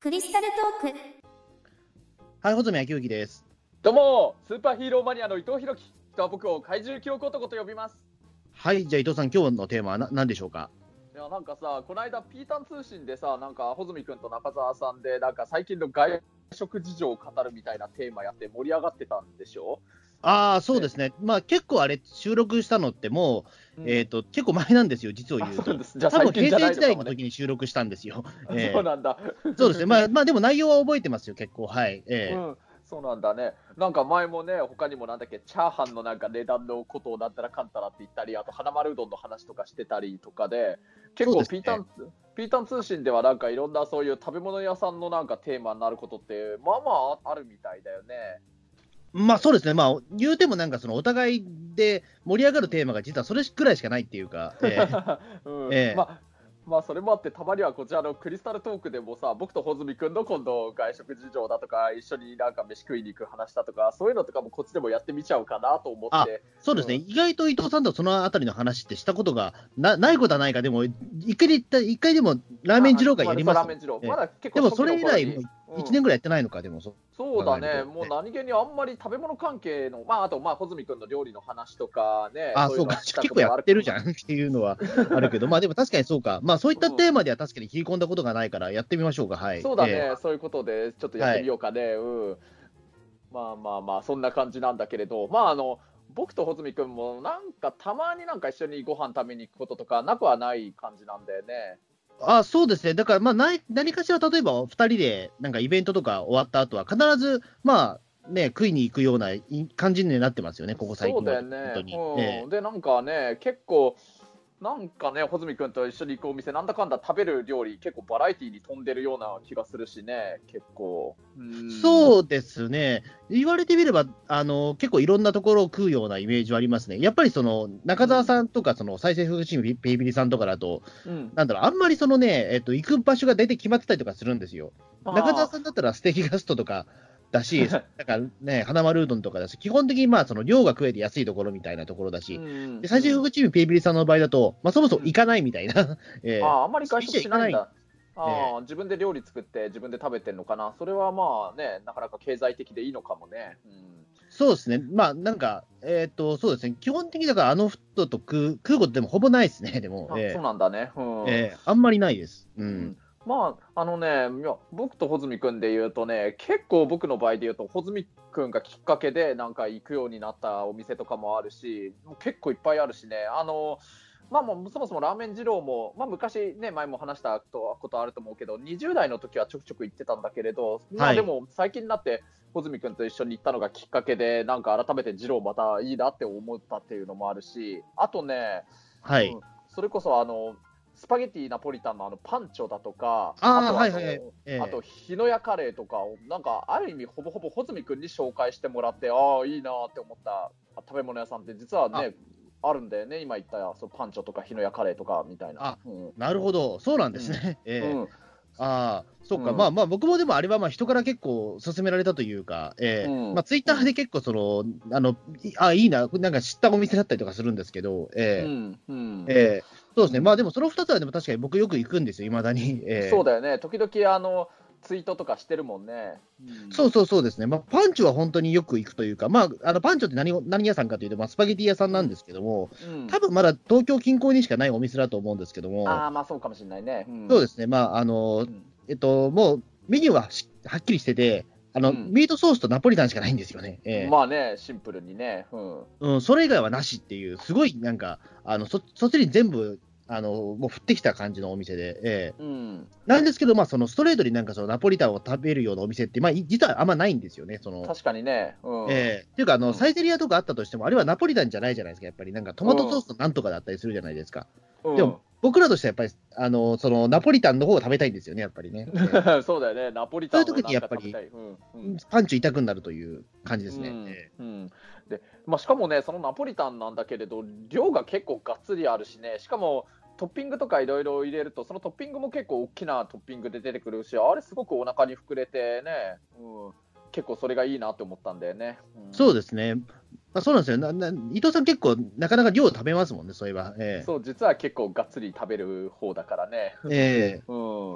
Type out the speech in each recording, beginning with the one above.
クリスタルトーク。 はい、穂積昭之です。 どうも、スーパーヒーローマニアの伊藤弘樹。人は僕を怪獣記憶男と呼びます。 はい、じゃあ伊藤さん、今日のテーマは何でしょうか？ いや、なんかさ、この間ピータン通信でさ、なんか穂積君と中澤さんで、なんか最近の外食事情を語るみたいなテーマやって盛り上がってたんでしょ？ ああ、そうですね。まあ結構あれ、収録したのってもう、結構前なんですよ、実を言うと。 そうです。じゃあ多分最近じゃないのかもね。 平成時代の時に収録したんですよ。 そうなんだ。 そうですね。まあでも内容は覚えてますよ、結構。はい。 そうなんだね。なんか前もね、他にもなんだっけ、チャーハンのなんか値段のことをなんたらかんたらって言ったり、あと花丸うどんの話とかしてたりとかで、結構ピータン通信ではなんかいろんなそういう食べ物屋さんのなんかテーマになることって、まあまああるみたいだよね。 まあそうですね。まあ言うてもなんかそのお互いで盛り上がるテーマが実はそれくらいしかないっていうか。 まあそれもあってたまにはこちらのクリスタルトークでもさ、僕と穂積君の今度外食事情だとか、一緒になんか飯食いに行く話だとか、そういうのとかもこっちでもやってみちゃうかなと思って。 そうですね、意外と伊藤さんとそのあたりの話ってしたことがないことはないか、でも一回でもラーメン二郎会やります。 ラーメン二郎、まだ結構でもそれ以来もう1年ぐらいやってないのか、でもそうだね、もう何気にあんまり食べ物関係の、あと穂積君の料理の話とかね、 そうか、結構やってるじゃんっていうのはあるけど、でも確かにそうか、そういったテーマでは確かに切り込んだことがないから、やってみましょうか、はい。 そうだね、そういうことで、ちょっとやってみようかね、まあ、そんな感じなんだけれど、僕と穂積君もなんかたまになんか一緒にご飯食べに行くこととかなくはない感じなんだよね。 そうですね。だから、何かしら、例えば、2人で、なんかイベントとか終わった後は、必ず、食いに行くような感じになってますよね、ここ最近は。 そうだよね。で、なんかね、結構、なんかね、穂積君と一緒に行くお店、なんだかんだ食べる料理、結構バラエティーに飛んでるような気がするしね、結構。 そうですね。言われてみれば、結構いろんなところを食うようなイメージはありますね。やっぱり中澤さんとか、再生福祉ペイビリさんとかだと、あんまり行く場所が大体決まってたりとかするんですよ。中澤さんだったらステーキガストとかだし、なんかね、花丸うどんとかだし、基本的に量が食えて安いところみたいなところだし、で再生福祉ペイビリさんの場合だと、そもそも行かないみたいな。 あんまり外食しないんだ。自分で料理作って自分で食べてるのかな。それはなかなか経済的でいいのかもね。 そうですね。そうですね。基本的にだからあの人と食うことでもほぼないですね、でも。 そうなんだね。 あんまりないです。 僕と穂積君で言うとね、結構僕の場合で言うと、穂積君がきっかけでなんか行くようになったお店とかもあるし、結構いっぱいあるしね。もうそもそもラーメン二郎も、昔ね、前も話したことあると思うけど、20代の時はちょくちょく行ってたんだけれど、でも最近になって穂積君と一緒に行ったのがきっかけで、なんか改めて二郎またいいなって思ったっていうのもあるし、あとね、それこそスパゲティナポリタンのパンチョだとか、あと日野屋カレーとかをなんかある意味ほぼほぼ穂積君に紹介してもらって、いいなって思った食べ物屋さんって実はね、あるんだよね。今言ったパンチョとか日野屋カレーとかみたいな。 なるほど、そうなんですね。そうか、僕もでもあれは人から結構勧められたというか、ツイッターで結構いいな、なんか知ったお店だったりとかするんですけど、そうですね、でもその2つはでも確かに僕よく行くんですよ、いまだに。 そうだよね、時々ツイートとかしてるもんね。 そうですね、パンチョは本当によく行くというか、パンチョって何屋さんかというと、スパゲティ屋さんなんですけども、多分まだ東京近郊にしかないお店だと思うんですけども、 そうかもしれないね。 そうですね、もうメニューははっきりしてて、ミートソースとナポリタンしかないんですよね。 シンプルにね。 それ以外はなしっていう、すごいなんか、そっちに全部、もう降ってきた感じのお店で、なんですけど、ストレートになんかナポリタンを食べるようなお店って、実はあんまないんですよね。 確かにね。 っていうか、サイゼリヤとかあったとしても、あれはナポリタンじゃないじゃないですか、やっぱり。なんかトマトソースとなんとかだったりするじゃないですか。でも、僕らとしてはやっぱり、ナポリタンの方を食べたいんですよね、やっぱりね。 そうだよね、ナポリタンをそういう時にやっぱり、パンチ痛くなるという感じですね。 でしかもね、そのナポリタンなんだけれど、量が結構がっつりあるしね、しかもトッピングとかいろいろ入れると、そのトッピングも結構大きなトッピングで出てくるし、あれすごくお腹に膨れてね、結構それがいいなって思ったんだよね。 そうですね。そうなんですよ。伊藤さん結構なかなか量食べますもんね、そういえば。 そう、実は結構がっつり食べる方だからね。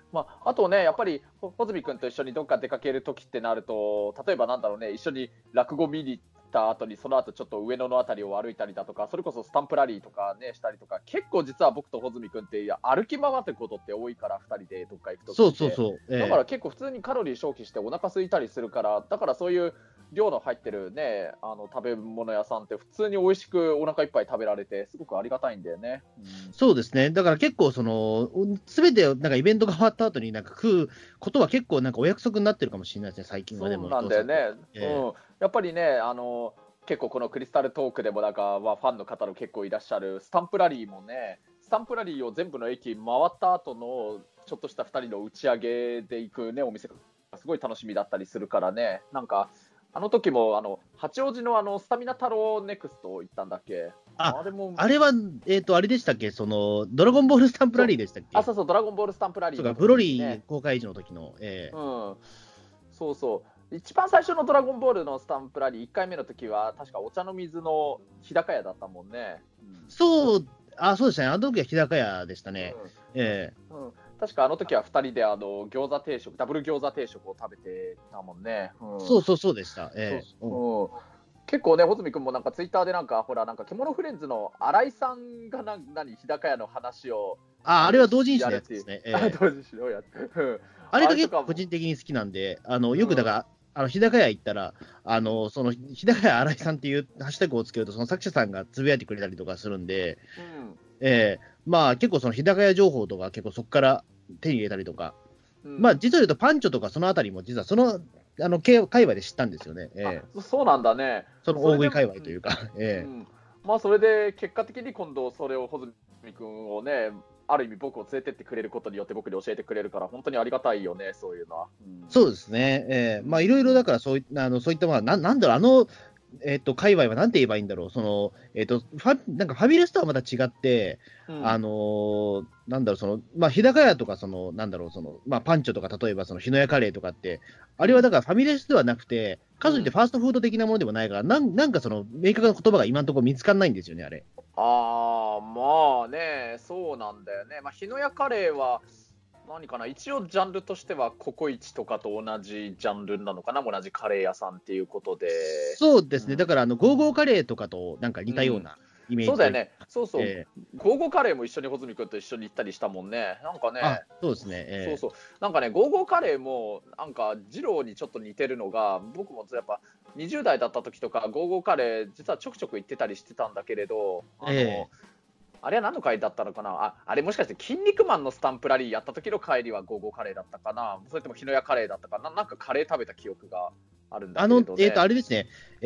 あとね、やっぱり穂積君と一緒にどっか出かけるときってなると、例えばなんだろうね、一緒に落語見に行った後に、その後ちょっと上野のあたりを歩いたりだとか、それこそスタンプラリーとかね、したりとか、結構実は僕と穂積君って、いや歩き回ってることって多いから、2人でどっか行くときって。 そうそうそう。 だから結構普通にカロリー消費してお腹空いたりするから、だからそういう量の入ってるね、食べ物屋さんって普通に美味しくお腹いっぱい食べられて、すごくありがたいんだよね。 そうですね。だから結構すべてなんかイベントが終わった後になんか食うことは結構なんかお約束になってるかもしれないですね、最近は。でもそうなんだよね。やっぱりね、結構このクリスタルトークでもなんか、ファンの方の結構いらっしゃるスタンプラリーもね、スタンプラリーを全部の駅回った後のちょっとした2人の打ち上げで行くね、お店がすごい楽しみだったりするからね、なんかあの時も八王子のスタミナ太郎ネクスト行ったんだっけ。 あれは、あれでしたっけ、ドラゴンボールスタンプラリーでしたっけ。 そう、ドラゴンボールスタンプラリー、 そうか、ブロリー公開時の時の、 そうそう、一番最初のドラゴンボールのスタンプラリー、1回目の時は、確かお茶の水の日高屋だったもんね。 そうでしたね、あの時は日高屋でしたね。 確かあの時は2人で餃子定食、ダブル餃子定食を食べてたもんね。 そうでした。 結構ね、穂積君もなんかツイッターでなんか、ほら、なんか獣フレンズの新井さんが日高屋の話を。 あれは同人誌のやつですね。 同人誌のやつ。 あれが結構個人的に好きなんで、よくだから、日高屋行ったら、その日高屋新井さんっていうハッシュタグをつけると、その作者さんがつぶやいてくれたりとかするんで、まあ結構その日高屋情報とか結構そこから手に入れたりとか、まあ実を言うとパンチョとかそのあたりも実は界隈で知ったんですよね。 そうなんだね。 その大食い界隈というか。 まあそれで結果的に今度それを穂積君をね、ある意味僕を連れてってくれることによって僕に教えてくれるから本当にありがたいよね、そういうのは。 そうですね。まあいろいろだからそういったまあなんだろう界隈はなんて言えばいいんだろう。なんかファミレスとはまた違って、なんだろう、まあ、日高屋とか、なんだろう、まあ、パンチョとか、例えば、日野屋カレーとかって、あれはだからファミレスではなくて、かといってファーストフード的なものでもないから、なんか明確な言葉が今のところ見つからないんですよね、あれ。 まあね、そうなんだよね。まあ、日野屋カレーは、何かな、一応ジャンルとしてはココイチとかと同じジャンルなのかな、同じカレー屋さんっていうことで。 そうですね、だからゴーゴーカレーとかとなんか似たようなイメージ、 そうだよね、そう、ゴーゴーカレーも一緒に穂積君と一緒に行ったりしたもんね、なんかね、 そうですね、 なんかね、ゴーゴーカレーもなんか二郎にちょっと似てるのが、僕もやっぱ20代だった時とか、ゴーゴーカレー、実はちょくちょく行ってたりしてたんだけれど、あれは何の回だったのかな、あれもしかして「筋肉マン」のスタンプラリーやった時の帰りはゴーゴーカレーだったかな、それとも日野屋カレーだったかな、なんかカレー食べた記憶があるんだけれど、ね、 あれですね、フ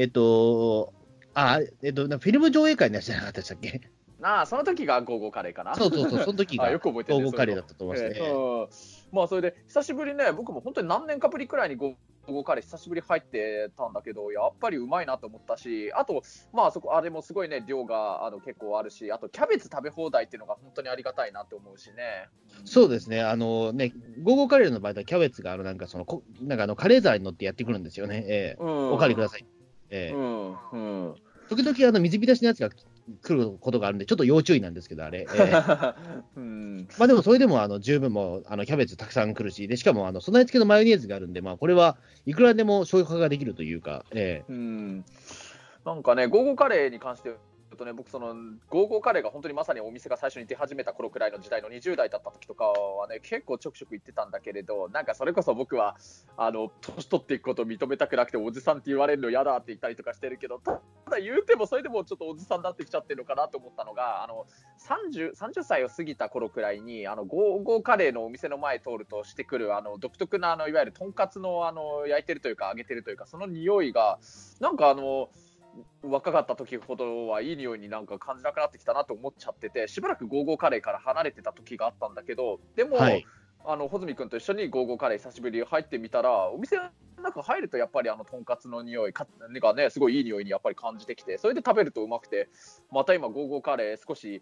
ィルム上映会のやつじゃなかったでしたっけ。 その時がゴーゴーカレーかな。 そう、その時がよく覚えてる、 ゴーゴーカレーだったと思いますね。 まあそれで久しぶりね、僕も本当に何年かぶりくらいにゴーゴーカレー久しぶり入ってたんだけど、やっぱりうまいなと思ったし、あとまああれもすごいね、量が結構あるし、あとキャベツ食べ放題っていうのが本当にありがたいなって思うしね。 そうですね、ゴーゴーカレーの場合はキャベツがなんかカレー皿に乗ってやってくるんですよね。おかわりください。時々水浸しのやつが来ることがあるんで、ちょっと要注意なんですけど、あれ。まあでも、それでも十分もキャベツたくさん来るし、でしかも備え付けのマヨネーズがあるんで、まあ、これはいくらでも消化ができるというか、 なんかね、ゴーゴーカレーに関して僕ゴーゴーカレーが本当にまさにお店が最初に出始めた頃くらいの時代の20代だった時とかはね、結構ちょくちょく行ってたんだけれど、なんかそれこそ僕は年取っていくことを認めたくなくておじさんって言われるの嫌だって言ったりとかしてるけど、ただ言うてもそれでもちょっとおじさんになってきちゃってるのかなと思ったのが、30歳を過ぎた頃くらいにゴーゴーカレーのお店の前通るとしてくる独特ないわゆるとんかつの焼いてるというか揚げてるというか、その匂いがなんか若かった時ほどはいい匂いになんか感じなくなってきたなと思っちゃってて、しばらくゴーゴーカレーから離れてた時があったんだけど、でも、穂積君と一緒にゴーゴーカレー久しぶりに入ってみたら、お店の中入るとやっぱりとんかつの匂いがね、すごいいい匂いにやっぱり感じてきて、それで食べるとうまくて、また今ゴーゴーカレー少し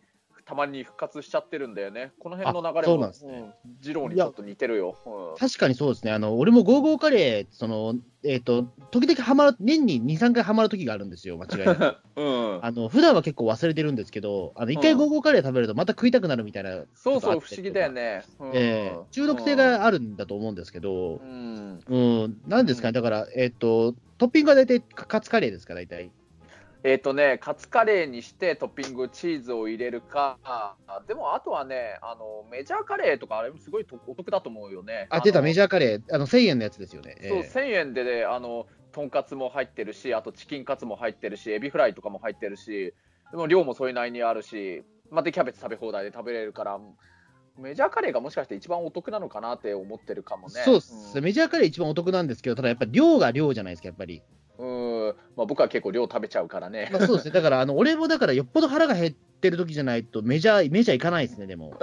たまに復活しちゃってるんだよね。この辺の流れも、 そうなんですね。 二郎にちょっと似てるよ。 確かにそうですね。俺もゴーゴーカレー、時々ハマる、年に2、3回ハマる時があるんですよ、間違いなく。普段は結構忘れてるんですけど、1回ゴーゴーカレー食べるとまた食いたくなるみたいな。 そうそう、不思議だよね。 中毒性があるんだと思うんですけど、なんですかね、だから、トッピングは大体カツカレーですか、大体。 カツカレーにしてトッピングチーズを入れるか、でもあとはね、メジャーカレーとかあれもすごいお得だと思うよね。 出たメジャーカレー、1000円のやつですよね。 そう、1000円でね、とんかつも入ってるし、あとチキンカツも入ってるし、エビフライとかも入ってるし、でも量もそれなりにあるし、でキャベツ食べ放題で食べれるから、メジャーカレーがもしかして一番お得なのかなって思ってるかもね。 そうっす、メジャーカレー一番お得なんですけど、ただやっぱり量が量じゃないですか、やっぱり。 僕は結構量食べちゃうからね。 そうですね、だから俺もだからよっぽど腹が減ってる時じゃないとメジャー行かないですね、でも。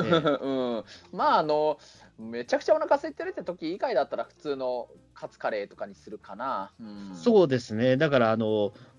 めちゃくちゃお腹空いてるって時以外だったら普通のカツカレーとかにするかな。 そうですね、だからやっ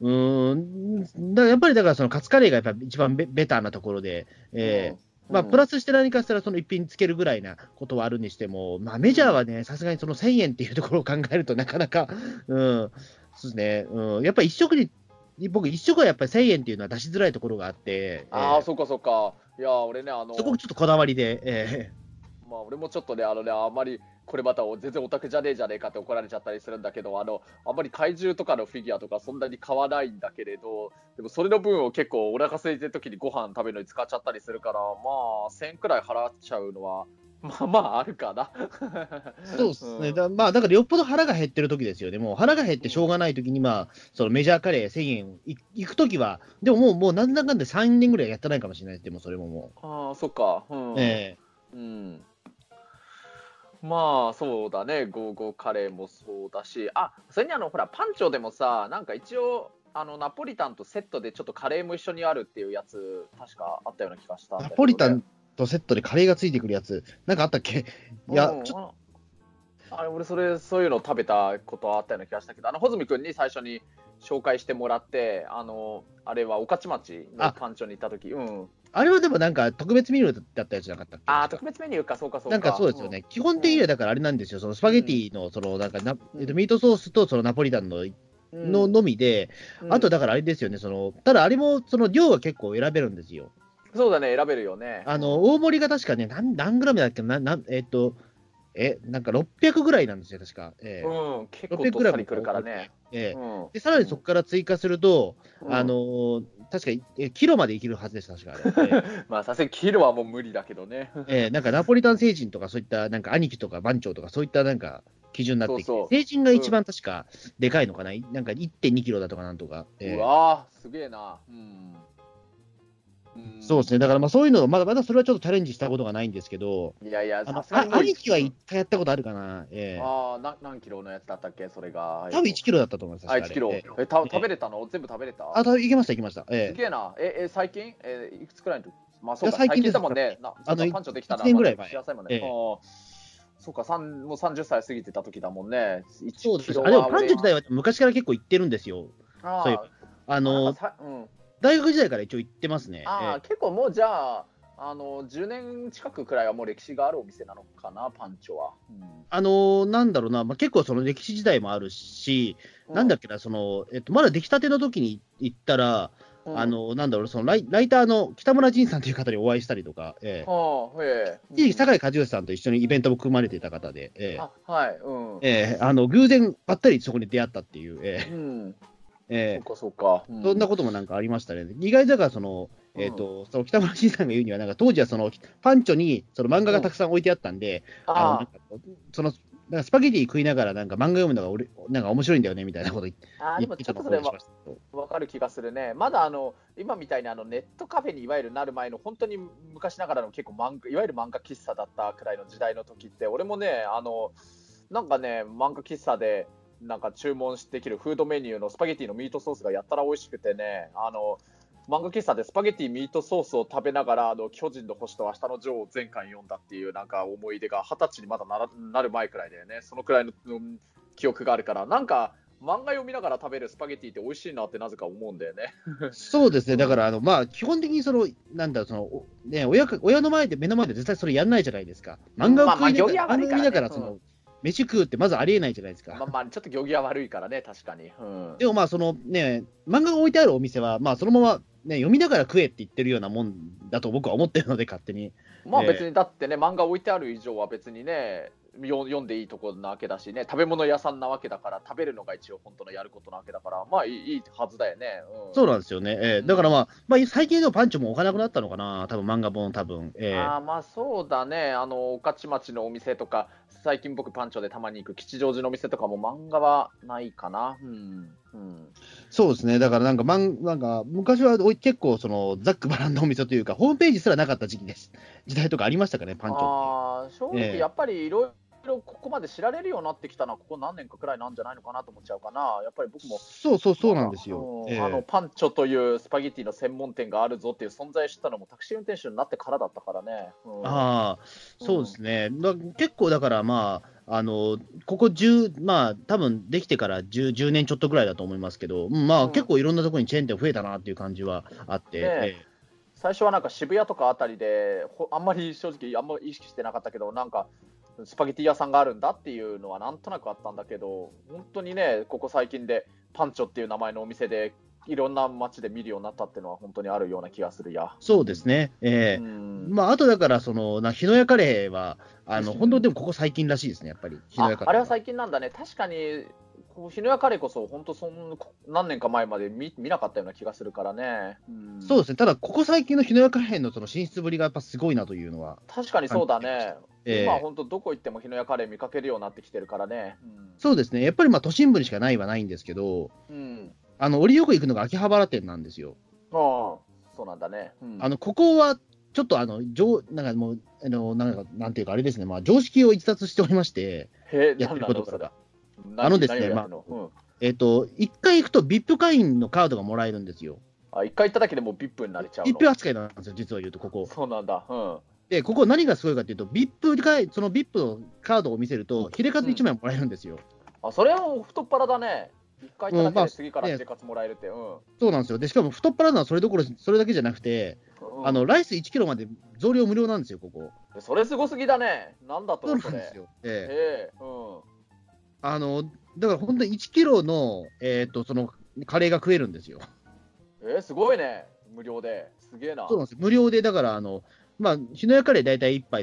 ぱりだからそのカツカレーがやっぱ一番ベターなところで、プラスして何かしたらその一品つけるぐらいなことはあるにしても、メジャーはね、さすがにその1000円っていうところを考えるとなかなか、そうですね、やっぱり僕一食はやっぱり1000円っていうのは出しづらいところがあって、 そうかそうか。いや、俺ね、 そこちょっとこだわりで、 俺もちょっとね、あんまり、これまた全然オタクじゃねえかって怒られちゃったりするんだけど、あんまり怪獣とかのフィギュアとかそんなに買わないんだけれど、でもそれの分を結構お腹空いてる時にご飯食べるのに使っちゃったりするから、1000円くらい払っちゃうのは、あるかな。 そうですね。だからよっぽど腹が減ってる時ですよね。もう腹が減ってしょうがない時に、そのメジャーカレー1000円行く時は、でももうなんだかんだ3年ぐらいやってないかもしれないです。でもそれももう。そっか。そうだね、ゴーゴーカレーもそうだし、それにほら、パンチョでもさ、なんか一応、ナポリタンとセットでちょっとカレーも一緒にあるっていうやつ、確かあったような気がしたんだけど、ね。 ナポリタンとセットでカレーがついてくるやつ、なんかあったっけ？いや、 俺そういうの食べたことあったような気がしたけど、穂積君に最初に紹介してもらって、あれは御徒町のパンチョに行った時、 あれはでもなんか特別メニューだったやつじゃなかったっけ？ 特別メニューか、そうかそうか。 なんかそうですよね。基本的にはだからあれなんですよ。そのスパゲティのそのなんかミートソースとそのナポリタンののみで、あとだからあれですよね。ただあれもその量は結構選べるんですよ。 そうだね、選べるよね。 大盛りが確かね、何グラムだっけなんか600ぐらいなんですよ、確か。 結構どっさりくるからね。 で、さらにそこから追加すると、確かキロまでいけるはずです、確か。さすがにキロはもう無理だけどね。 なんかナポリタン星人とか、そういったなんか兄貴とか番長とか、そういったなんか基準になってきて、星人が一番確かでかいのかな、なんか1.2キロだとかなんとか。 うわー、すげえな。 そうですね、だからそういうの、まだそれはちょっとチャレンジしたことがないんですけど、 いやいや、 兄貴は1回やったことあるかな。 何キロのやつだったっけ、それが。 多分1キロだったと思います。 1キロ。食べれたの？全部食べれた？ いけました、いけました。 すげえな。最近いくつくらいの時？そうか、最近だもんね。パンチョできたら、 1年ぐらい前。 そうか、もう30歳過ぎてた時だもんね。 そうです。でもパンチョ自体は昔から結構行ってるんですよ。そういう。大学時代から一応行ってますね。 結構もうじゃあ、10年近くくらいはもう歴史があるお店なのかな、パンチョは。 なんだろうな、結構その歴史時代もあるし、なんだっけな、まだ出来たての時に行ったら、なんだろう、そのライターの北村仁さんという方にお会いしたりとか、一時期、酒井一義さんと一緒にイベントも組まれていた方で、偶然ばったりそこに出会ったっていう。 そうか。 そんなこともなんかありましたね。意外だからその北村新さんが言うには、なんか当時はそのパンチョにその漫画がたくさん置いてあったんで、なんかスパゲティ食いながらなんか漫画読むのがなんか面白いんだよねみたいなこと言ってでもちょっとそれは分かる気がするね。まだ今みたいにネットカフェにいわゆるなる前の本当に昔ながらの結構いわゆる漫画喫茶だったくらいの時代の時って、俺もねなんかね漫画喫茶でなんか注文できるフードメニューのスパゲティのミートソースがやったら美味しくてね、漫画喫茶でスパゲティミートソースを食べながら巨人の星と明日のジョーを全巻読んだっていうなんか思い出が20歳にまだなる前くらいだよね。そのくらいの記憶があるから、なんか漫画読みながら食べるスパゲティって美味しいなってなぜか思うんだよね。 そうですね、だから基本的になんだね、親の前で、目の前で絶対それやんないじゃないですか。漫画を食いながら、漫画を見ながら飯食うってまずありえないじゃないですか。 ちょっと行儀は悪いからね、確かに。 でもね、漫画が置いてあるお店は、そのまま、ね、読みながら食えって言ってるようなもんだと僕は思ってるので、勝手に。 別にだってね、漫画置いてある以上は別にね、読んでいいところなわけだしね、食べ物屋さんなわけだから、食べるのが一応本当のやることなわけだから、いいはずだよね。 そうなんですよね。だから最近のパンチョも置かなくなったのかな、多分漫画本、多分。 そうだね、御徒町のお店とか、最近僕パンチョでたまに行く吉祥寺のお店とかも漫画はないかな。 そうですね、だからなんか昔は結構ざっくばらんなお店というか、ホームページすらなかった時代とかありましたかね、パンチョって。 正直やっぱりいろいろここまで知られるようになってきたのはここ何年かくらいなんじゃないのかなと思っちゃうかな。やっぱり僕もそうなんですよ。 パンチョというスパゲティの専門店があるぞっていう存在を知ったのもタクシー運転手になってからだったからね。 そうですね。結構だからここ多分できてから10年ちょっとぐらいだと思いますけど、結構いろんなところにチェーン店増えたなっていう感じはあって。 最初はなんか渋谷とかあたりであんまり正直あんまり意識してなかったけど、なんかスパゲティ屋さんがあるんだっていうのはなんとなくあったんだけど、本当にね、ここ最近でパンチョっていう名前のお店でいろんな街で見るようになったっていうのは本当にあるような気がするや。 そうですね。あとだから日野屋カレーは本当でもここ最近らしいですね、やっぱり。 あれは最近なんだね。確かに日野屋カレーこそ本当何年か前まで見なかったような気がするからね。 そうですね。ただここ最近の日野屋カレーの進出ぶりがやっぱすごいなというのは。 確かにそうだね。今本当どこ行っても日野屋カレー見かけるようになってきてるからね。 そうですね。やっぱり都心部にしかないはないんですけど、降りよく行くのが秋葉原店なんですよ。 そうなんだね。 ここはちょっとなんかもうなんていうかあれですね。常識を逸脱しておりまして、やってることから。ですね、1回行くと VIP 会員のカードがもらえるんですよ。 1回行っただけでも VIP になれちゃうの。 VIP 扱いなんですよ、実は言うと、ここ。 そうなんだ。 で、ここ何がすごいかというと、その VIP のカードを見せると、ヒレカツ1枚もらえるんですよ。 それは太っ腹だね。1回行っただけで次からヒレカツもらえるって。 そうなんですよ。で、しかも太っ腹なのはそれだけじゃなくて、ライス1キロまで増量無料なんですよ、ここ。 それすごすぎだね。なんだとそうなんですよ。だから本当に1キロの、カレーが食えるんですよ。 すごいね。無料で。すげえな。 そうなんです。無料で、だから、日野屋カレー大体1杯、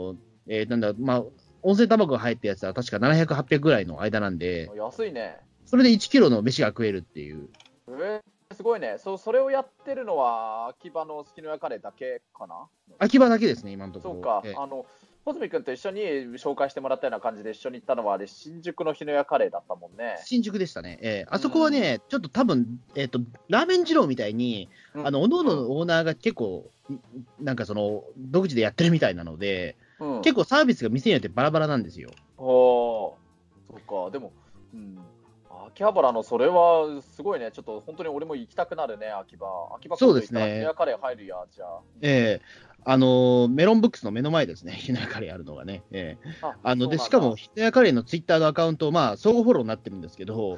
温泉卵が入ったやつは確か700、800ぐらいの間なんで、 安いね。 それで1キロの飯が食えるっていう。 すごいね。それをやってるのは、秋葉の日野屋カレーだけかな。 秋葉だけですね、今のところ。 そうか。穂積君と一緒に紹介してもらったような感じで一緒に行ったのは、新宿の日野屋カレーだったもんね。 新宿でしたね。あそこはね、ちょっと多分、ラーメン二郎みたいに、おのおののオーナーが結構、なんか独自でやってるみたいなので、結構サービスが店によってバラバラなんですよ。 そうか。でも、秋葉原のそれはすごいね。ちょっと本当に俺も行きたくなるね、秋葉。 そうですね。 日野屋カレー入るや、じゃあ。 メロンブックスの目の前ですね、日野屋カレーあるのがね。で、しかも、日野屋カレーのツイッターのアカウント、相互フォローになってるんですけど、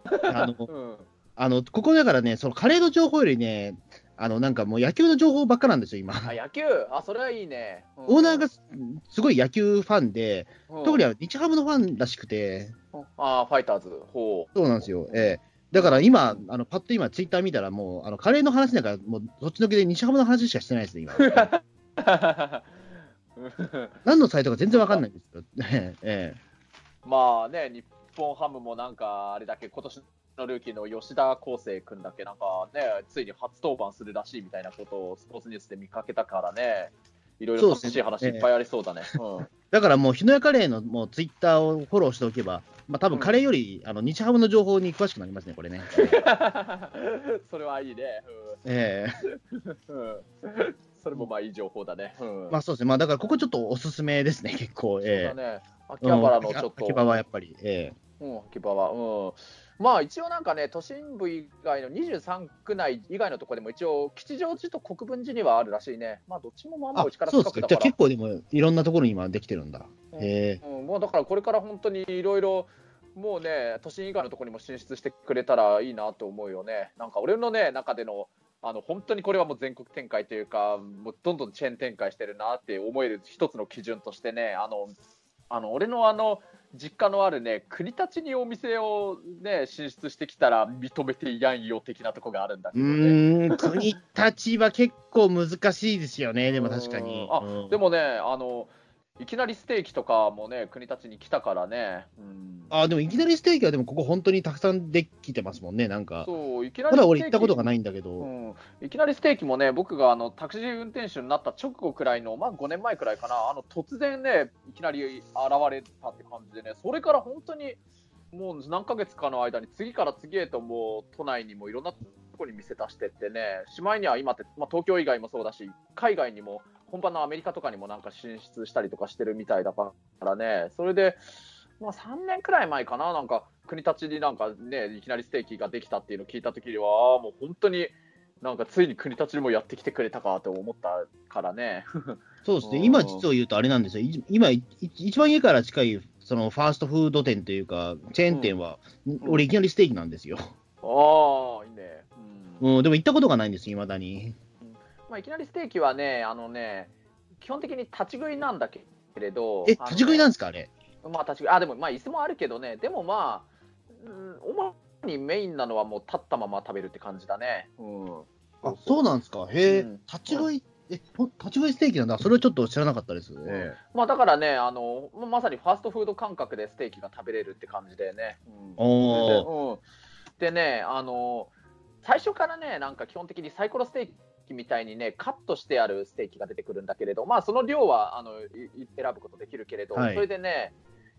ここだからね、そのカレーの情報よりね、なんかもう野球の情報ばっかなんですよ、今。 野球それはいいね。 オーナーがすごい野球ファンで、特に日ハムのファンらしくて。 ファイターズ。 そうなんですよ。だから今、パッと今、ツイッター見たら、もう、カレーの話なんか、もう、そっちのけで日ハムの話しかしてないですね、今。何のサイトか全然わかんないんですよ。 日本ハムもなんか、あれだけ、今年のルーキーの吉田康生君だけ、なんかね、ついに初登板するらしいみたいなことをスポーツニュースで見かけたからね、いろいろ楽しい話いっぱいありそうだね。 だからもう、日野屋カレーのもうツイッターをフォローしておけば、多分カレーより、日ハムの情報に詳しくなりますね、これね。 それはいいね。それもいい情報だね。 そうですね。だからここちょっとおすすめですね、結構。 そうだね。秋葉原のちょっと。 秋葉はやっぱり。 秋葉は。一応なんかね、都心部以外の23区内以外のところでも一応、吉祥寺と国分寺にはあるらしいね。どっちもうちから近くだから。 じゃあ結構でもいろんなところに今できてるんだ。 だからこれから本当にいろいろもうね、都心以外のところにも進出してくれたらいいなと思うよね。なんか俺のね、中での、本当にこれはもう全国展開というか、もうどんどんチェーン展開してるなって思える一つの基準としてね、俺の実家のあるね、国立にお店をね、進出してきたら認めていやんよ的なとこがあるんだけどね。 国立は結構難しいですよね、でも確かに。 でもね、いきなりステーキとかもね、国立に来たからね。 でもいきなりステーキはでもここ本当にたくさんできてますもんね、なんか。 そう、いきなりまだ俺行ったことがないんだけど。 いきなりステーキもね、僕がタクシー運転手になった直後くらいの、まあ5年前くらいかな、突然ね、いきなり現れたって感じでね、それから本当にもう何ヶ月かの間に次から次へともう都内にもいろんなところに店出してってね、しまいには今って、東京以外もそうだし、海外にも本場のアメリカとかにもなんか進出したりとかしてるみたいだからね、それで、3年くらい前かな、なんか国立になんかね、いきなりステーキができたっていうのを聞いたときには、もう本当になんかついに国立にもやってきてくれたかと思ったからね。 そうですね、今実を言うとあれなんですよ、今、一番家から近いそのファーストフード店というか、チェーン店は、俺、いきなりステーキなんですよ。 ああ、いいね。 でも行ったことがないんです、いまだに。 いきなりステーキはね、基本的に立ち食いなんだけれど。 立ち食いなんですか、あれ。 立ち食い。でも椅子もあるけどね、でも主にメインなのはもう立ったまま食べるって感じだね。 そうなんですか。へえ、立ち食い、立ち食いステーキなんだ。それはちょっと知らなかったですね。 だからね、まさにファーストフード感覚でステーキが食べれるって感じでね。でね、最初からね、なんか基本的にサイコロステーキみたいにね、カットしてあるステーキが出てくるんだけれど、その量は選ぶことできるけれど、それでね、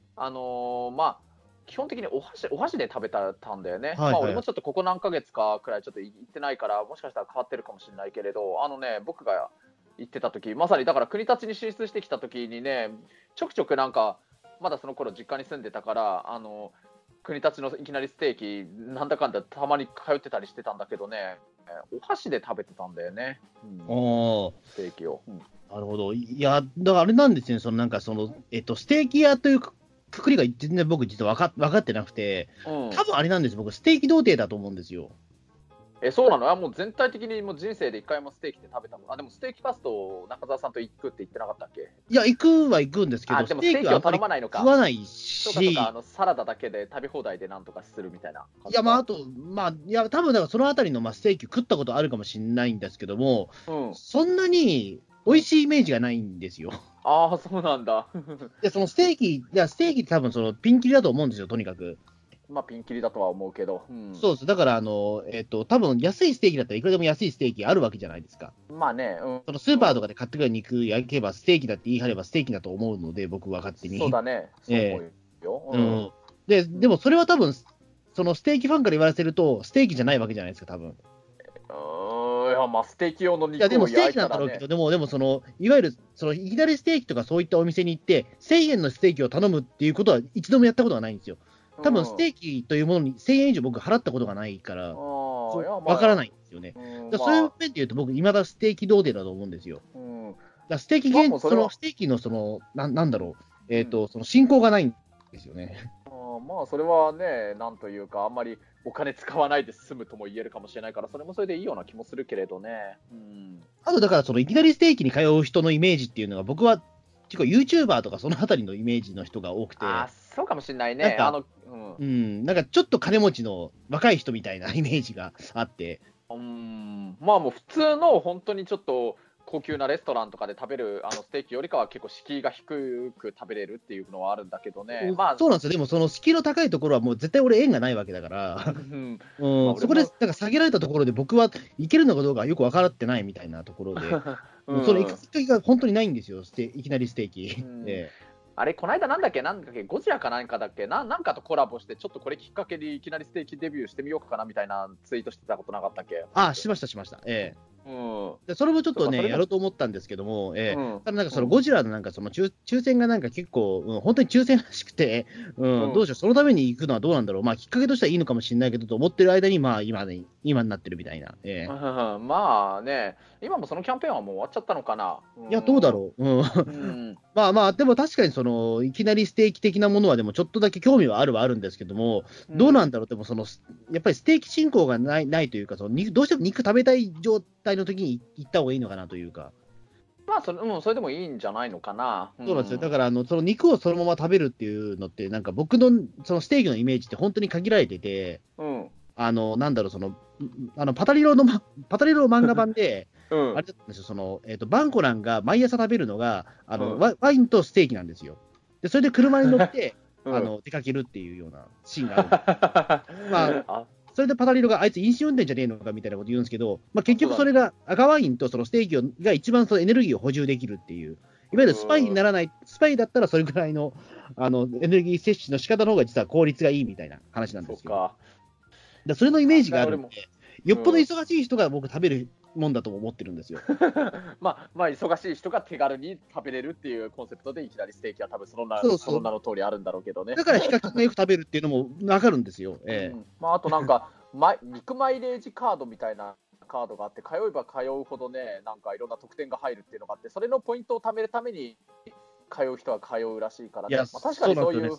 基本的にお箸で食べたんだよね。俺もちょっとここ何ヶ月かくらいちょっと行ってないから、もしかしたら変わってるかもしれないけれど、僕が行ってた時、まさにだから国立に進出してきた時にね、ちょくちょくなんか、まだその頃実家に住んでたから、国立のいきなりステーキ、なんだかんだたまに通ってたりしてたんだけどね、お箸で食べてたんだよね。ステーキを。 なるほど。いや、だからあれなんですね、ステーキ屋というくくりが全然僕実は分かってなくて、多分あれなんです、僕、ステーキ童貞だと思うんですよ。 そうなの？もう全体的にもう人生で一回もステーキで食べたもん。でもステーキファスト、中澤さんと行くって言ってなかったっけ？ いや、行くんですけど、 でもステーキを頼まないのか。 食わないし。 そうか、サラダだけで食べ放題でなんとかするみたいな。 いや、多分だからそのあたりのステーキ食ったことあるかもしれないんですけども、そんなに美味しいイメージがないんですよ。 そうなんだ。 で、そのステーキって多分ピンキリだと思うんですよ、とにかく。 ピンキリだとは思うけど。 そうです。だから、多分安いステーキだったらいくらでも安いステーキあるわけじゃないですか。 そのスーパーとかで買ってくる肉焼けばステーキだって言い張ればステーキだと思うので、僕は勝手に。 そうだね。そう思うよ。 でもそれは多分、そのステーキファンから言わせると、ステーキじゃないわけじゃないですか、多分。 ステーキ用の肉を焼いたら、ね。 でもステーキなんだろうけど、でもいわゆる、いきなりステーキとかそういったお店に行って、1000円のステーキを頼むっていうことは一度もやったことがないんですよ。多分ステーキというものに1000円以上僕払ったことがないから、わからないんですよね。そういう面で言うと僕、いまだステーキ童貞だと思うんですよ。ステーキステーキのなんだろう、その進行がないんですよね。 それはね、なんというか、あんまりお金使わないで済むとも言えるかもしれないから、それもそれでいいような気もするけれどね。 あと、だからいきなりステーキに通う人のイメージっていうのが、僕は結構 YouTuber とかそのあたりのイメージの人が多くて。 そうかもしれないね。 なんかちょっと金持ちの若い人みたいなイメージがあって。 もう普通の本当にちょっと高級なレストランとかで食べるステーキよりかは結構敷居が低く食べれるっていうのはあるんだけどね。 そうなんですよ。でもその敷居の高いところはもう絶対俺縁がないわけだから、そこでなんか下げられたところで僕はいけるのかどうかよく分かってないみたいなところで、その行くきっかけが本当にないんですよ、いきなりステーキ。 あれ、この間なんだっけ、ゴジラかなんかだっけなんかとコラボして、ちょっとこれきっかけにいきなりステーキデビューしてみようかなみたいなツイートしてたことなかったっけ？ しました。でそれもちょっとね、やろうと思ったんですけども、ただなんかそのゴジラのなんかその抽選がなんか結構、本当に抽選らしくて、どうしよう、そのために行くのはどうなんだろう、きっかけとしてはいいのかもしれないけどと思ってる間に、今ね、 今になってるみたいな。 まあね、今もそのキャンペーンはもう終わっちゃったのかな。 いや、どうだろう。まあまあ、でも確かにいきなりステーキ的なものは、でもちょっとだけ興味はあるんですけども、どうなんだろう、でもやっぱりステーキ進行がないというか、どうしても肉食べたい状態の時に行った方がいいのかなというか。 まあそれでもいいんじゃないのかな。 そうなんですよ。だからその肉をそのまま食べるっていうのって、なんか僕のそのステーキのイメージって本当に限られてて、なんだろう、パタリロ漫画版で、あれだったんですよ、バンコランが毎朝食べるのが、ワインとステーキなんですよ。で、それで車に乗って、出かけるっていうようなシーンがある。まあそれでパタリロがあいつ飲酒運転じゃねえのかみたいなこと言うんですけど、まあ、結局それが赤ワインとそのステーキが一番そのエネルギーを補充できるっていう、いわゆるスパイにならない、スパイだったらそれぐらいのエネルギー摂取の仕方の方が実は効率がいいみたいな話なんですけど、それのイメージがあるので、よっぽど忙しい人が僕食べるもんだと思ってるんですよ。 まあ忙しい人が手軽に食べれるっていうコンセプトでいきなりステーキは多分その名の通りあるんだろうけどね。 だから比較的よく食べるっていうのも分かるんですよ。 まああとなんか肉マイレージカードみたいなカードがあって、通えば通うほどね、なんかいろんな特典が入るっていうのがあって、それのポイントを貯めるために通う人は通うらしいからね。確かにそういう。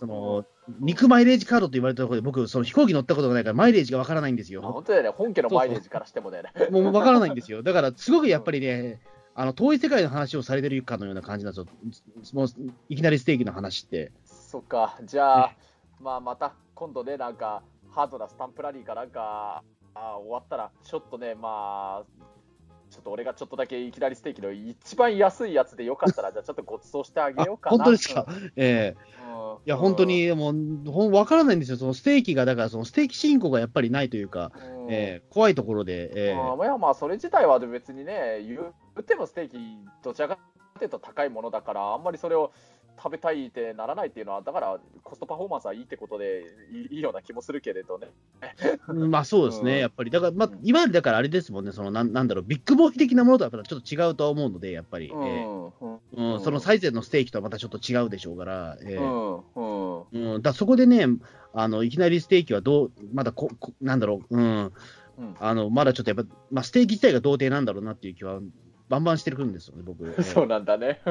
肉マイレージカードと言われたところで、僕、飛行機乗ったことがないから、マイレージがわからないんですよ。 本当だよね、本家のマイレージからしてもね。 もうわからないんですよ。だから、すごくやっぱりね、遠い世界の話をされてるかのような感じなんですよ。もういきなりステーキの話って。 そっか、じゃあ、また今度ね、なんか、ハードなスタンプラリーかなんか、終わったら、ちょっとね、ちょっと俺がちょっとだけいきなりステーキの一番安いやつでよかったら、じゃあちょっとご馳走してあげようかな。 本当ですか。いや、本当に、もう、わからないんですよ。そのステーキが、だから、そのステーキ進行がやっぱりないというか、怖いところで。 それ自体は別にね、言ってもステーキ、どちらかというと高いものだから、あんまりそれを食べたいってならないっていうのは、だからコストパフォーマンスはいいってことでいいような気もするけれどね。 まあそうですね、やっぱり。だから、いわゆるだからあれですもんね、なんだろう、ビッグボーイ的なものとはちょっと違うとは思うので、やっぱり。そのサイゼのステーキとはまたちょっと違うでしょうから、だそこでね、いきなりステーキはまだなんだろう、まだちょっとやっぱ、ステーキ自体が童貞なんだろうなっていう気は、バンバンしてくるんですよね、僕。 そうなんだね。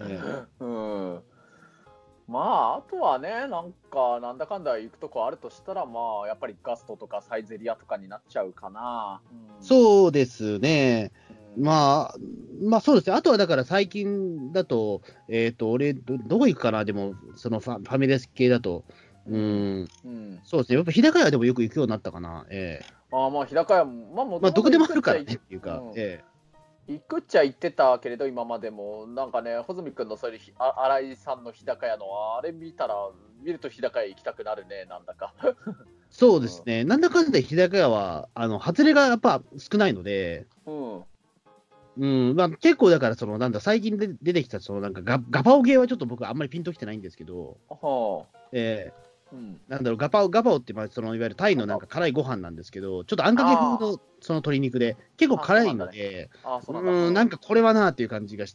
あとはね、なんだかんだ行くとこあるとしたら、やっぱりガストとかサイゼリアとかになっちゃうかな。 そうですね。そうですね。あとはだから最近だと、俺どこ行くかな、でも、そのファミレス系だと。そうですね。やっぱ日高屋でもよく行くようになったかな。 日高屋も、 どこでもあるからねっていうか。 行くっちゃ行ってたけれど、今までも、なんかね、穂積君の新井さんの日高屋の、あれ見ると日高屋行きたくなるね、なんだか。 そうですね、なんだかんだ日高屋は、外れがやっぱ少ないので、結構だから、最近で出てきた、なんかガパオ系はちょっと僕、あんまりピンときてないんですけど、なんだろう、ガパオって、いわゆるタイのなんか辛いご飯なんですけど、ちょっとあんかけ風のその鶏肉で、結構辛いので、なんかこれはなっていう感じがして。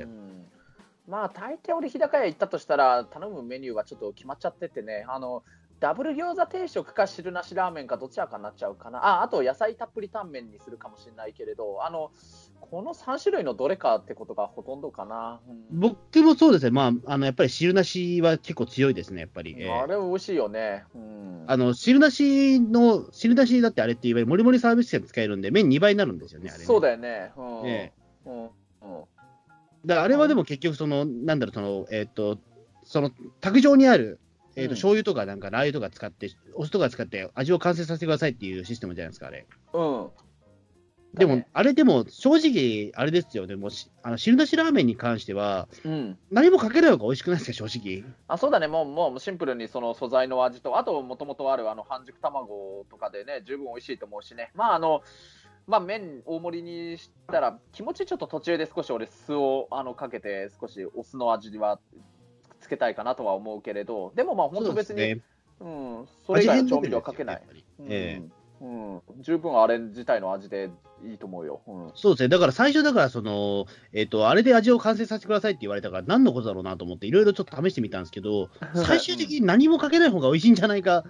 大抵俺、日高屋行ったとしたら、頼むメニューはちょっと決まっちゃっててね、ダブル餃子定食か汁なしラーメンかどちらかになっちゃうかな。あと野菜たっぷりタンメンにするかもしれないけれど、この3種類のどれかってことがほとんどかな。 僕もそうですね。やっぱり汁なしは結構強いですね、やっぱり。 あれ美味しいよね。 汁なしだってあれっていわゆるもりもりサービス券使えるんで、麺2倍になるんですよね、あれね。 そうだよね。 だからあれはでも結局なんだろう、その卓上にある、醤油とかなんかラー油とか使って、お酢とか使って味を完成させてくださいっていうシステムじゃないですか、あれ。でも、あれでも正直、あれですよね、もう汁なしラーメンに関しては、何もかけない方が美味しくないですか、正直。 そうだね、もうシンプルにその素材の味と、あともともとある半熟卵とかでね、十分美味しいと思うしね。麺大盛りにしたら、気持ちちょっと途中で少し俺酢をかけて、少しお酢の味はつけたいかなとは思うけれど、でも本当別に、それ以外の調味料はかけない。十分あれ自体の味でいいと思うよ。 そうですね。だから最初、あれで味を完成させてくださいって言われたから、何のことだろうなと思って、いろいろちょっと試してみたんですけど、最終的に何もかけない方が美味しいんじゃないか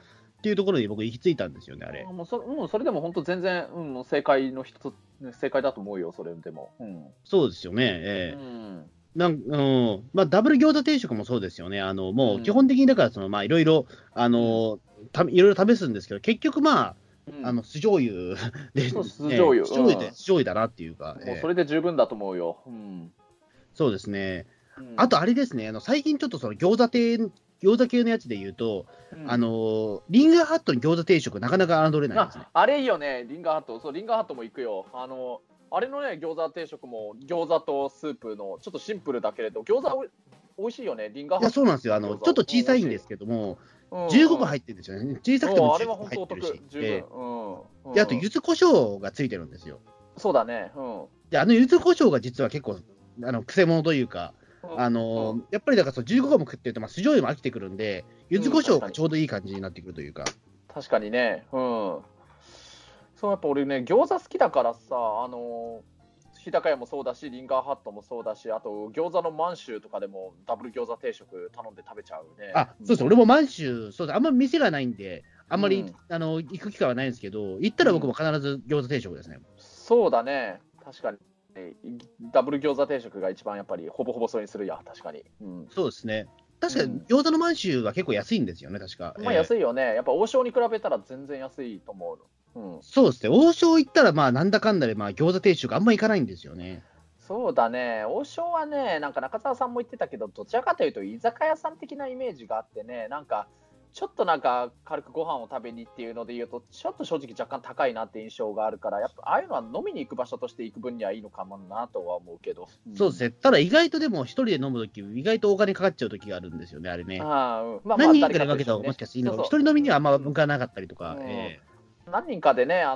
っていうところに僕行き着いたんですよね、あれ。 もうそれでも本当全然、もう正解だと思うよ、それでも。 そうですよね。まあ、ダブル餃子定食もそうですよね。もう基本的にだから、まあ、いろいろ、いろいろ試すんですけど、結局まあ、酢醤油で、 酢醤油だなっていうか。 もうそれで十分だと思うよ。 そうですね。あとあれですね、最近ちょっとその餃子系のやつで言うと、リンガーハットに餃子定食なかなか侮れないですね。 あれいいよね、リンガーハット。そう、リンガーハットも行くよ。あれのね、餃子定食も、餃子とスープの、ちょっとシンプルだけれど、餃子美味しいよね、リンガーハット。 いや、そうなんですよ。ちょっと小さいんですけども、15個入ってるんですよね。小さくても15個入ってるし。で、あと、柚子胡椒がついてるんですよ。 そうだね。 で、柚子胡椒が実は結構、くせ者というか、やっぱりだから15個も食ってると、まあ、酢醤油も飽きてくるんで、柚子胡椒がちょうどいい感じになってくるというか。 確かにね。そう、やっぱ俺ね、餃子好きだからさ、日高屋もそうだし、リンガーハットもそうだし、あと餃子の満州とかでもダブル餃子定食頼んで食べちゃうね。 そうです、俺も満州、そうです、あんまり店がないんで、あんまり、行く機会はないんですけど、行ったら僕も必ず餃子定食ですね。 そうだね、確かに。ダブル餃子定食が一番やっぱりほぼほぼそれにするや、確かに。 そうですね。確かに餃子の満州は結構安いんですよね、確か。 まあ安いよね。やっぱ王将に比べたら全然安いと思う。 そうですね。王将行ったら、まあなんだかんだで、まあ餃子定食あんま行かないんですよね。 そうだね。王将はね、なんか中澤さんも言ってたけど、どちらかというと居酒屋さん的なイメージがあってね、なんか、ちょっとなんか軽くご飯を食べにっていうので言うと、ちょっと正直若干高いなって印象があるから、やっぱああいうのは飲みに行く場所として行く分にはいいのかもなとは思うけど。 そうですね。ただ意外とでも一人で飲むとき、意外とお金かかっちゃうときがあるんですよね、あれね。何人かで分けたらもしかしていいのかも。一人飲みにはあんま向かなかったりとか。 何人かでね、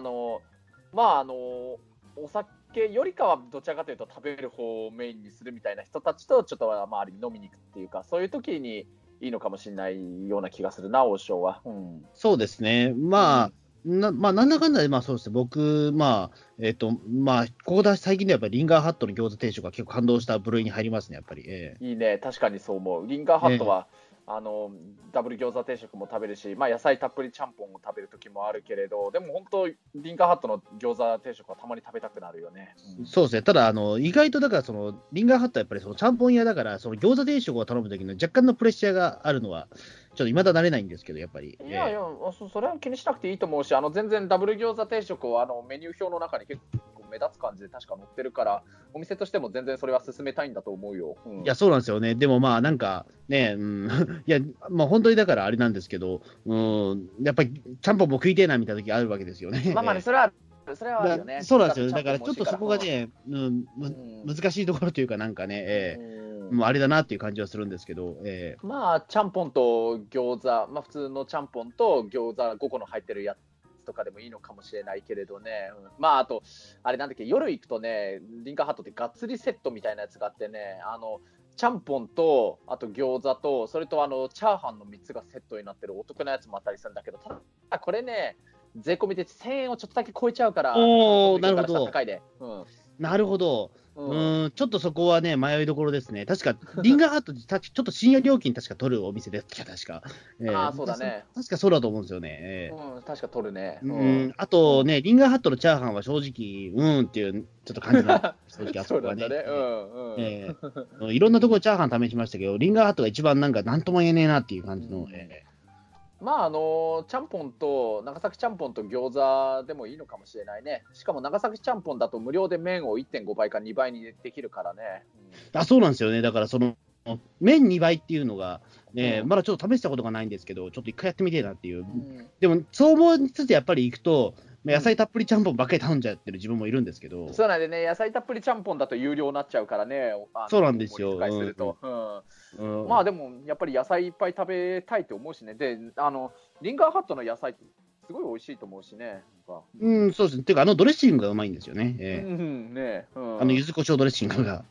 お酒よりかはどちらかというと食べる方をメインにするみたいな人たちとちょっとある意味飲みに行くっていうか、そういう時にいいのかもしれないような気がするな、王将は。 そうですね。まあ、なんだかんだで、まあそうですね、僕、まあ、ここだ最近ではやっぱりリンガーハットの餃子定食が結構感動した部類に入りますね、やっぱり。 いいね、確かにそう思う。リンガーハットは、ダブル餃子定食も食べるし、まあ、野菜たっぷりちゃんぽんを食べる時もあるけれど、でも本当、リンガーハットの餃子定食はたまに食べたくなるよね。 そうですね、ただ、意外とだから、リンガーハットはやっぱりちゃんぽん屋だから、餃子定食を頼む時の若干のプレッシャーがあるのは、ちょっといまだ慣れないんですけど、やっぱり。 いやいや、それは気にしなくていいと思うし、全然ダブル餃子定食をメニュー表の中に結構目立つ感じで確か載ってるから、お店としても全然それは進めたいんだと思うよ。 いや、そうなんですよね。でもまあ、なんかね、いや、まあ本当にだからあれなんですけど、やっぱりちゃんぽんも食いてえなみたいな時あるわけですよね。 まあね、それはあるよね。 そうなんですよ。だからちょっとそこがね、難しいところというかなんかね、もうあれだなっていう感じはするんですけど、 まあ、ちゃんぽんと餃子、まあ普通のちゃんぽんと餃子5個の入ってるやつとかでもいいのかもしれないけれどね。まああと、あれなんだっけ、夜行くとね、リンガーハットってがっつりセットみたいなやつがあってね、ちゃんぽんと、あと餃子と、それとチャーハンの3つがセットになってるお得なやつもあったりするんだけど、ただこれね、税込みで1000円をちょっとだけ超えちゃうから、 なるほど。 高いで。 なるほど。ちょっとそこはね、迷いどころですね。確か、リンガーハット、ちょっと深夜料金確か取るお店です確か。 そうだね。 確かそうだと思うんですよね。 確か取るね。 あとね、リンガーハットのチャーハンは正直、っていう、ちょっと感じな正直あそこはね。いろんなところチャーハン試しましたけど、リンガーハットが一番なんとも言えねえなっていう感じの。 まあちゃんぽんと長崎ちゃんぽんと餃子でもいいのかもしれないね。しかも長崎ちゃんぽんだと無料で麺を 1.5 倍か2倍にできるからね。 そうなんですよね。だから麺2倍っていうのが、ね、まだちょっと試したことがないんですけど、ちょっと一回やってみてえなっていう。でも、そう思いつつやっぱり行くと、野菜たっぷりちゃんぽんばっかり頼んじゃってる自分もいるんですけど。 そうなんでね、野菜たっぷりちゃんぽんだと有料になっちゃうからね。 そうなんですよ。 まあでも、やっぱり野菜いっぱい食べたいと思うしね。で、リンガーハットの野菜ってすごい美味しいと思うしね。 そうですね。ていうか、ドレッシングがうまいんですよね。柚子胡椒ドレッシングが。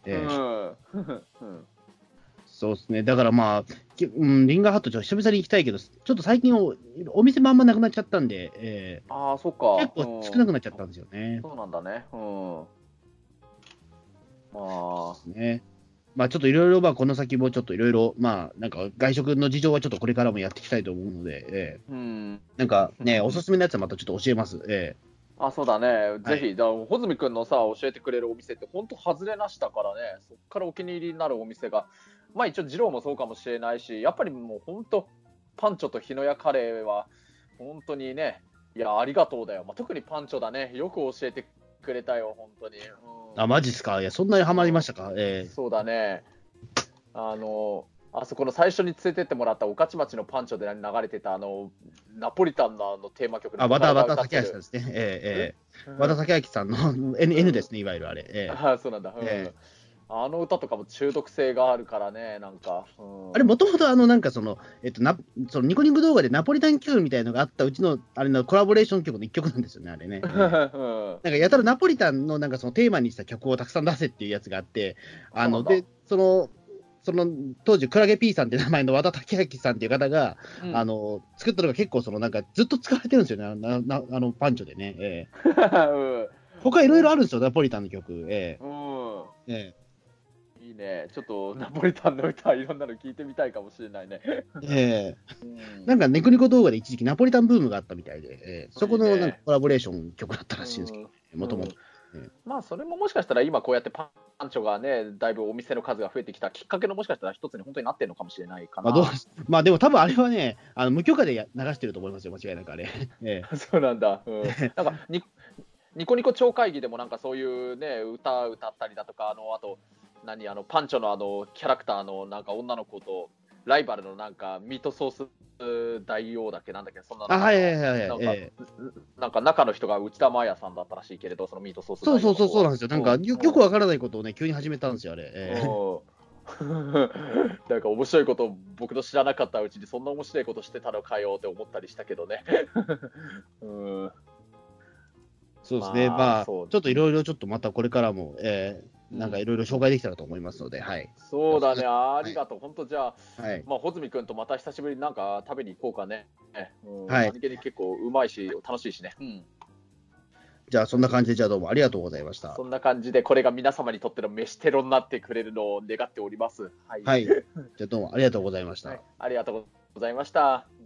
そうですね。だからまあ、リンガーハット久々に行きたいけど、ちょっと最近お店もあんまなくなっちゃったんで、 そっか。 結構少なくなっちゃったんですよね。 そうなんだね。 まあ。ね。 まあちょっといろいろ、まあこの先もちょっといろいろ、まあなんか外食の事情はちょっとこれからもやっていきたいと思うので、なんかね、おすすめのやつはまたちょっと教えます。 あ、そうだね。 はい、 ぜひ、穂積君のさ、教えてくれるお店って、本当外れなしだからね、そっからお気に入りになるお店が、まあ一応、二郎もそうかもしれないし、やっぱりもう本当、パンチョと日野屋カレーは、本当にね、いや、ありがとうだよ。まあ、特にパンチョだね。よく教えてくれたよ、本当に。 あ、マジっすか。いや、そんなにハマりましたか。 そうだね。あそこの最初に連れてってもらった御徒町のパンチョで流れてたナポリタンのテーマ曲和田武明さんですね。和田武明さんの N ですね、いわゆるあれ。 そうなんだ。あの歌とかも中毒性があるからね、なんか。 あれ、もともとなんかそのニコニコ動画でナポリタン曲みたいなのがあったうちの、あれのコラボレーション曲の一曲なんですよね、あれね。なんかやたらナポリタンのなんかそのテーマにした曲をたくさん出せっていうやつがあって、で、その当時、クラゲ P さんって名前の和田武明さんっていう方が、作ったのが結構なんかずっと使われてるんですよね、パンチョでね。他いろいろあるんですよ、ナポリタンの曲。 いいね。ちょっとナポリタンの歌いろんなの聞いてみたいかもしれないね。 なんかニコニコ動画で一時期ナポリタンブームがあったみたいで、そこのなんかコラボレーション曲だったらしいんですけど、もともと。 まあそれももしかしたら今こうやってパンチョがね、だいぶお店の数が増えてきたきっかけのもしかしたら一つに本当になってるのかもしれないかな。 まあでも多分あれはね、無許可で流してると思いますよ、間違いなくあれ。 そうなんだ。なんかニコニコ超会議でもなんかそういうね、歌ったりだとか、あとパンチョのキャラクターのなんか女の子とライバルのなんかミートソース大王だっけなんだっけそんななんか中の人が内田真礼さんだったらしいけれど、そのミートソース大王。 そうなんですよ。なんかよくわからないことをね、急に始めたんですよ、あれ。 なんか面白いことを僕の知らなかったうちにそんな面白いことしてたのかよって思ったりしたけどね。 そうですね。まあ、ちょっといろいろちょっとまたこれからも、なんかいろいろ紹介できたらと思いますので、はい。 そうだね、ありがとう。本当じゃあ、まあ、穂積君とまた久しぶりになんか食べに行こうかね。何気に結構うまいし、楽しいしね。 じゃあ、そんな感じで、じゃあどうもありがとうございました。 そんな感じで、これが皆様にとっての飯テロになってくれるのを願っております。 はい。じゃあどうもありがとうございました。 ありがとうございました。